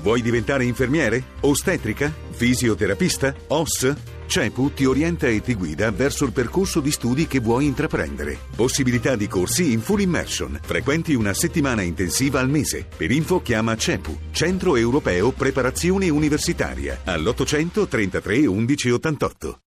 Vuoi diventare infermiere? Ostetrica? Fisioterapista? OS? CEPU ti orienta e ti guida verso il percorso di studi che vuoi intraprendere. Possibilità di corsi in full immersion. Frequenti una settimana intensiva al mese. Per info chiama CEPU, Centro Europeo Preparazione Universitaria, all'800 33 11 88.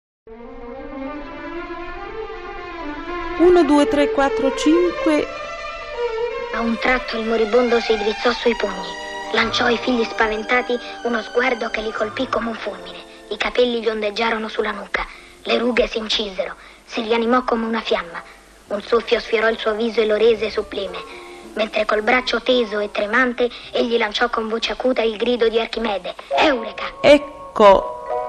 1, 2, 3, 4, 5. A un tratto il moribondo si drizzò sui pugni, lanciò ai figli spaventati uno sguardo che li colpì come un fulmine. I capelli gli ondeggiarono sulla nuca, le rughe si incisero, si rianimò come una fiamma. Un soffio sfiorò il suo viso e lo rese sublime, mentre col braccio teso e tremante egli lanciò con voce acuta il grido di Archimede: Eureka! Ecco.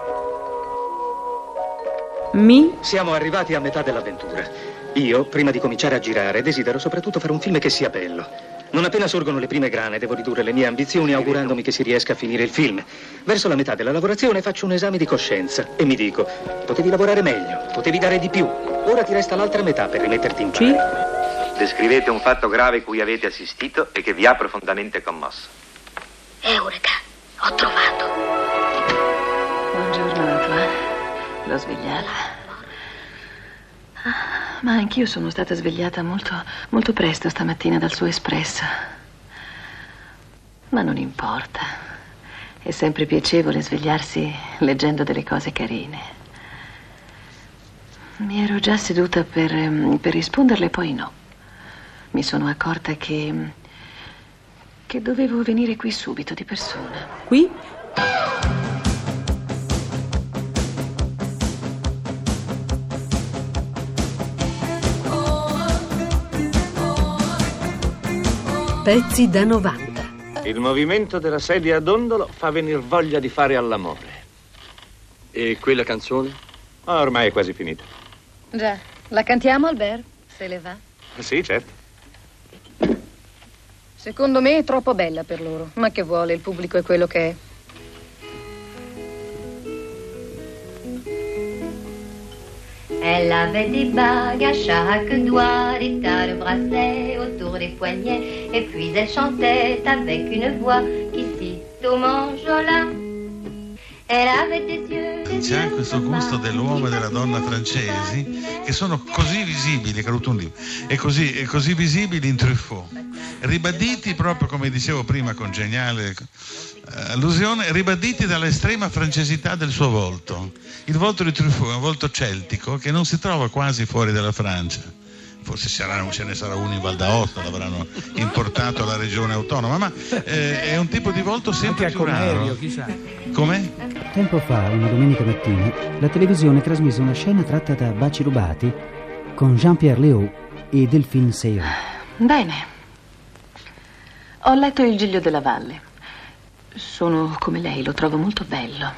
Siamo arrivati a metà dell'avventura. Io, prima di cominciare a girare, desidero soprattutto fare un film che sia bello. Non appena sorgono le prime grane, devo ridurre le mie ambizioni augurandomi che si riesca a finire il film. Verso la metà della lavorazione faccio un esame di coscienza e mi dico: potevi lavorare meglio, potevi dare di più. Ora ti resta l'altra metà per rimetterti in pari. Descrivete un fatto grave cui avete assistito e che vi ha profondamente commosso. Eureka! Ho trovato. Buongiorno, Antoine. L'ho svegliata. Ma anch'io sono stata svegliata molto presto stamattina dal suo espresso. Ma non importa. È sempre piacevole svegliarsi leggendo delle cose carine. Mi ero già seduta per risponderle, poi no. Mi sono accorta che dovevo venire qui subito, di persona. Qui? Pezzi da 90. Il movimento della sedia a dondolo fa venir voglia di fare all'amore. E quella canzone? Ormai è quasi finita. Già, la cantiamo, Albert? Se le va? Sì, certo. Secondo me è troppo bella per loro. Ma che vuole, il pubblico è quello che è. Elle avait des bagues à chaque doigt, des tas de bracelets autour des poignets, et puis elle chantait avec une voix qui sitôt m'enjola. Elle avait des yeux. C'è questo gusto dell'uomo e della donna francesi che sono così visibili, e così visibili in Truffaut, ribaditi proprio, come dicevo prima con geniale allusione, ribaditi dall'estrema francesità del suo volto. Il volto di Truffaut è un volto celtico che non si trova quasi fuori dalla Francia. Forse ce ne sarà uno in Val d'Aosta, l'avranno importato alla regione autonoma, ma è un tipo di volto sempre più raro. Chissà. Come? Tempo fa, una domenica mattina, la televisione trasmise una scena tratta da Baci rubati con Jean-Pierre Léaud e Delphine Seyron. Bene. Ho letto Il Giglio della Valle. Sono come lei, lo trovo molto bello.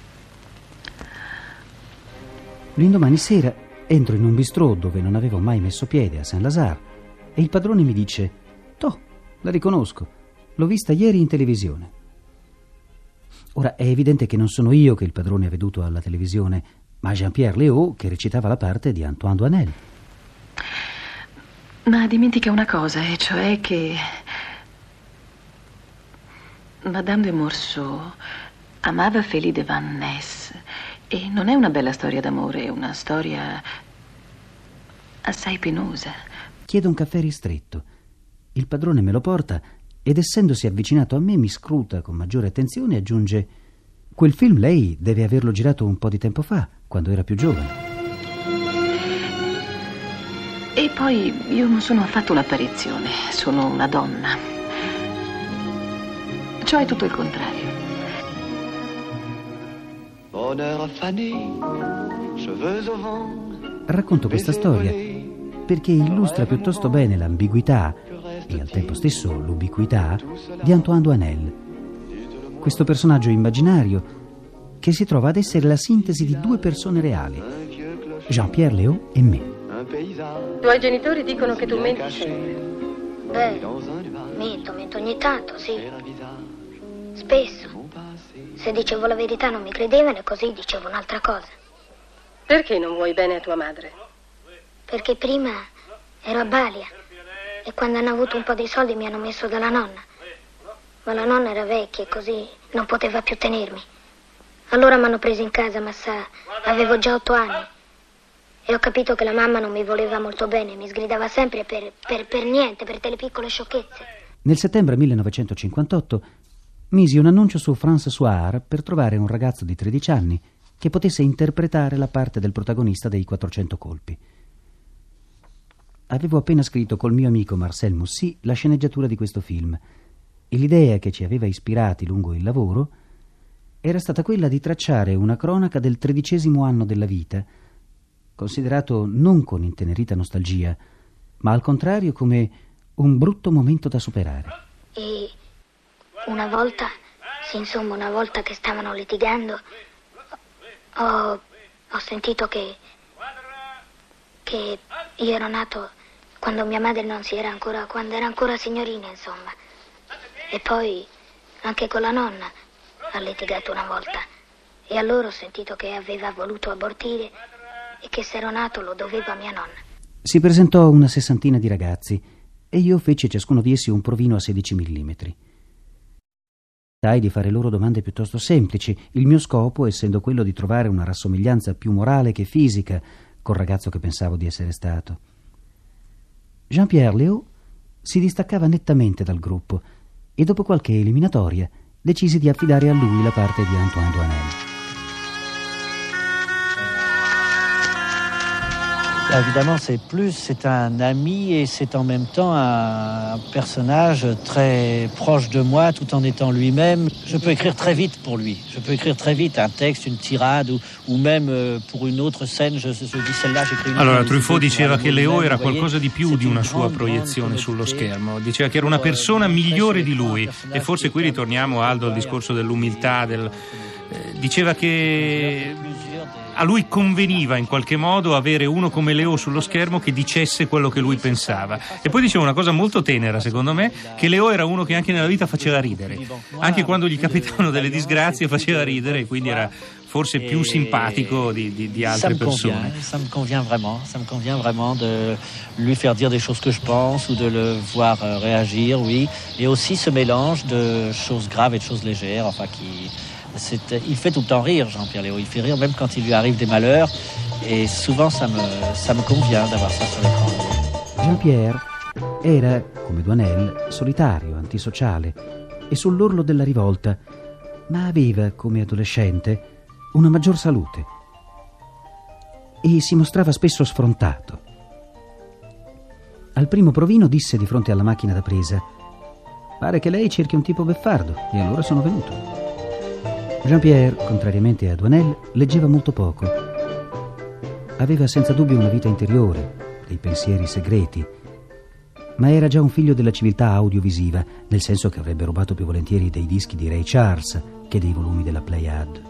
L'indomani sera entro in un bistrò dove non avevo mai messo piede, a Saint-Lazare, e il padrone mi dice: «Toh, la riconosco, l'ho vista ieri in televisione». Ora è evidente che non sono io che il padrone ha veduto alla televisione, ma Jean-Pierre Léaud che recitava la parte di Antoine Doinel. Ma dimentica una cosa, e cioè che Madame de Morceau amava Félix de Van Ness, e non è una bella storia d'amore, è una storia assai penosa. Chiedo un caffè ristretto. Il padrone me lo porta ed, essendosi avvicinato a me, mi scruta con maggiore attenzione e aggiunge: «Quel film lei deve averlo girato un po' di tempo fa, quando era più giovane». E poi io non sono affatto un'apparizione, sono una donna. Cioè tutto il contrario. Racconto questa storia perché illustra piuttosto bene l'ambiguità e al tempo stesso l'ubiquità di Antoine Doinel, questo personaggio immaginario che si trova ad essere la sintesi di due persone reali, Jean-Pierre Léaud e me. I tuoi genitori dicono che tu menti sempre. Mento ogni tanto, sì. Spesso. Se dicevo la verità non mi credevano e così dicevo un'altra cosa. Perché non vuoi bene a tua madre? Perché prima ero a Balia e quando hanno avuto un po' di soldi mi hanno messo dalla nonna. ma la nonna era vecchia e così non poteva più tenermi. Allora mi hanno preso in casa, ma sa, avevo già 8 anni. E ho capito che la mamma non mi voleva molto bene, mi sgridava sempre per niente, per delle piccole sciocchezze. Nel settembre 1958 misi un annuncio su France Soir per trovare un ragazzo di 13 anni che potesse interpretare la parte del protagonista dei 400 colpi. Avevo appena scritto col mio amico Marcel Moussy la sceneggiatura di questo film e l'idea che ci aveva ispirati lungo il lavoro era stata quella di tracciare una cronaca del 13° anno della vita, considerato non con intenerita nostalgia, ma al contrario come un brutto momento da superare. E una volta che stavano litigando, ho sentito che io ero nato quando mia madre non si era ancora, quando era ancora signorina, insomma. E poi anche con la nonna ha litigato una volta. E allora ho sentito che aveva voluto abortire e che se ero nato lo dovevo a mia nonna. Si presentò una 60 di ragazzi e io feci a ciascuno di essi un provino a 16 mm. Cercai di fare loro domande piuttosto semplici, il mio scopo essendo quello di trovare una rassomiglianza più morale che fisica col ragazzo che pensavo di essere stato. Jean-Pierre Léaud si distaccava nettamente dal gruppo e dopo qualche eliminatoria decisi di affidare a lui la parte di Antoine Doinel. Évidemment, c'est un ami et c'est en même temps un personnage très proche de moi tout en étant lui-même. Je peux écrire très vite pour lui. Je peux écrire très vite un texte, une tirade ou même pour une autre scène, je dis celle-là, j'écris une. Allora, Truffaut diceva che Léaud era qualcosa di più di una sua proiezione sullo schermo. Diceva che era una persona migliore di lui e forse qui ritorniamo, Aldo, al discorso dell'umiltà, diceva che a lui conveniva in qualche modo avere uno come Léaud sullo schermo che dicesse quello che lui pensava. E poi diceva una cosa molto tenera, secondo me, che Léaud era uno che anche nella vita faceva ridere. Anche quando gli capitavano delle disgrazie faceva ridere, e quindi era forse più simpatico di altre persone. Ça me convient vraiment de lui faire dire des choses que je pense ou de le voir réagir, oui. Et aussi ce mélange de choses graves et de choses légères, enfin il fait tout le temps rire, Jean-Pierre Léaud. Il fait rire même quand il lui arrive des malheurs. Et souvent, ça me convient d'avoir ça sur l'écran. Jean-Pierre era, come Doinel, solitario, antisociale e sull'orlo della rivolta, ma aveva, come adolescente, una maggior salute e si mostrava spesso sfrontato. Al primo provino disse di fronte alla macchina da presa: «Pare che lei cerchi un tipo beffardo», e allora sono venuto. Jean-Pierre, contrariamente a Doinel, leggeva molto poco. Aveva senza dubbio una vita interiore, dei pensieri segreti, ma era già un figlio della civiltà audiovisiva, nel senso che avrebbe rubato più volentieri dei dischi di Ray Charles che dei volumi della Pléiade.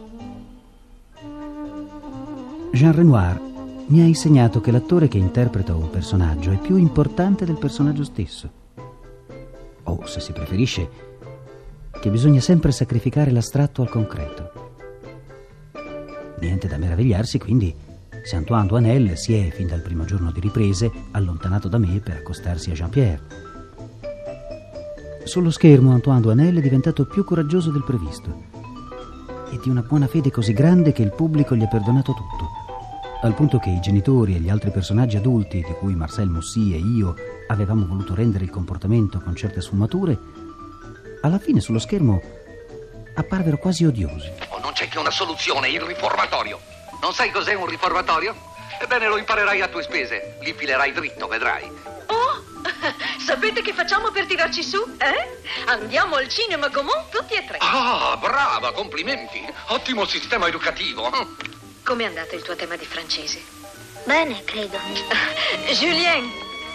Jean Renoir mi ha insegnato che l'attore che interpreta un personaggio è più importante del personaggio stesso. O, se si preferisce, che bisogna sempre sacrificare l'astratto al concreto. Niente da meravigliarsi, quindi, se Antoine Doinel si è, fin dal primo giorno di riprese, allontanato da me per accostarsi a Jean-Pierre. Sullo schermo Antoine Doinel è diventato più coraggioso del previsto e di una buona fede così grande che il pubblico gli ha perdonato tutto, al punto che i genitori e gli altri personaggi adulti, di cui Marcel Moussy e io avevamo voluto rendere il comportamento con certe sfumature, alla fine sullo schermo apparvero quasi odiosi. Non c'è che una soluzione, il riformatorio. Non sai cos'è un riformatorio? Ebbene, lo imparerai a tue spese. Li filerai dritto, vedrai. Oh, sapete che facciamo per tirarci su, Andiamo al cinema Gaumont tutti e 3. Ah, brava, complimenti. Ottimo sistema educativo. Com'è andato il tuo tema di francese? Bene, credo. Julien,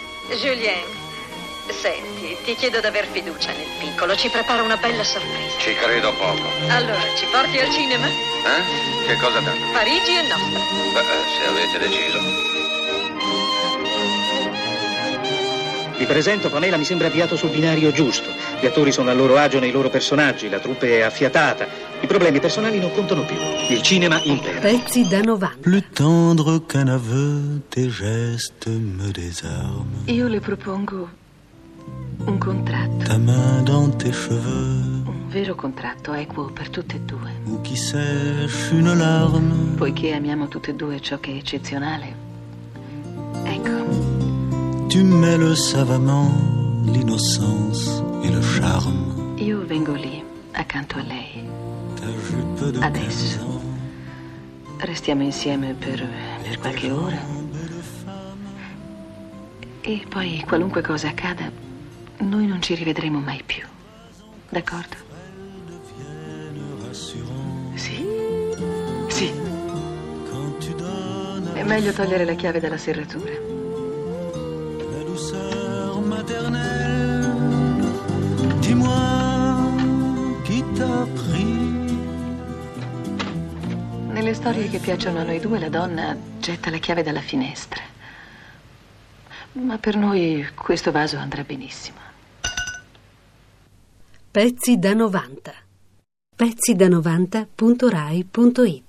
senti, ti chiedo d'aver fiducia nel piccolo. Ci prepara una bella sorpresa. Ci credo poco. Allora, ci porti al cinema? Che cosa danno? Parigi è nostra. Se avete deciso. Vi presento, Pamela mi sembra avviato sul binario giusto. Gli attori sono a loro agio nei loro personaggi, la troupe è affiatata. I problemi personali non contano più. Il cinema impera. Pezzi da 90. Plus tendre qu'un aveu, tes gestes me désarment. Io le propongo un contratto. ta main dans tes cheveux. Un vero contratto equo per tutte e due. Ou qui sèche une larme. Poiché amiamo tutte e due ciò che è eccezionale. Ecco. Tu mêles savamment l'innocence et le charme. Io vengo lì, accanto a lei. Adesso. Restiamo insieme per qualche ora. E poi, qualunque cosa accada, noi non ci rivedremo mai più. D'accordo? Sì. Sì. È meglio togliere la chiave dalla serratura. La douceur maternelle. Dis-moi qui t'a pris. Nelle storie che piacciono a noi due, la donna getta la chiave dalla finestra. Ma per noi questo vaso andrà benissimo. Pezzi da 90. pezzida90.rai.it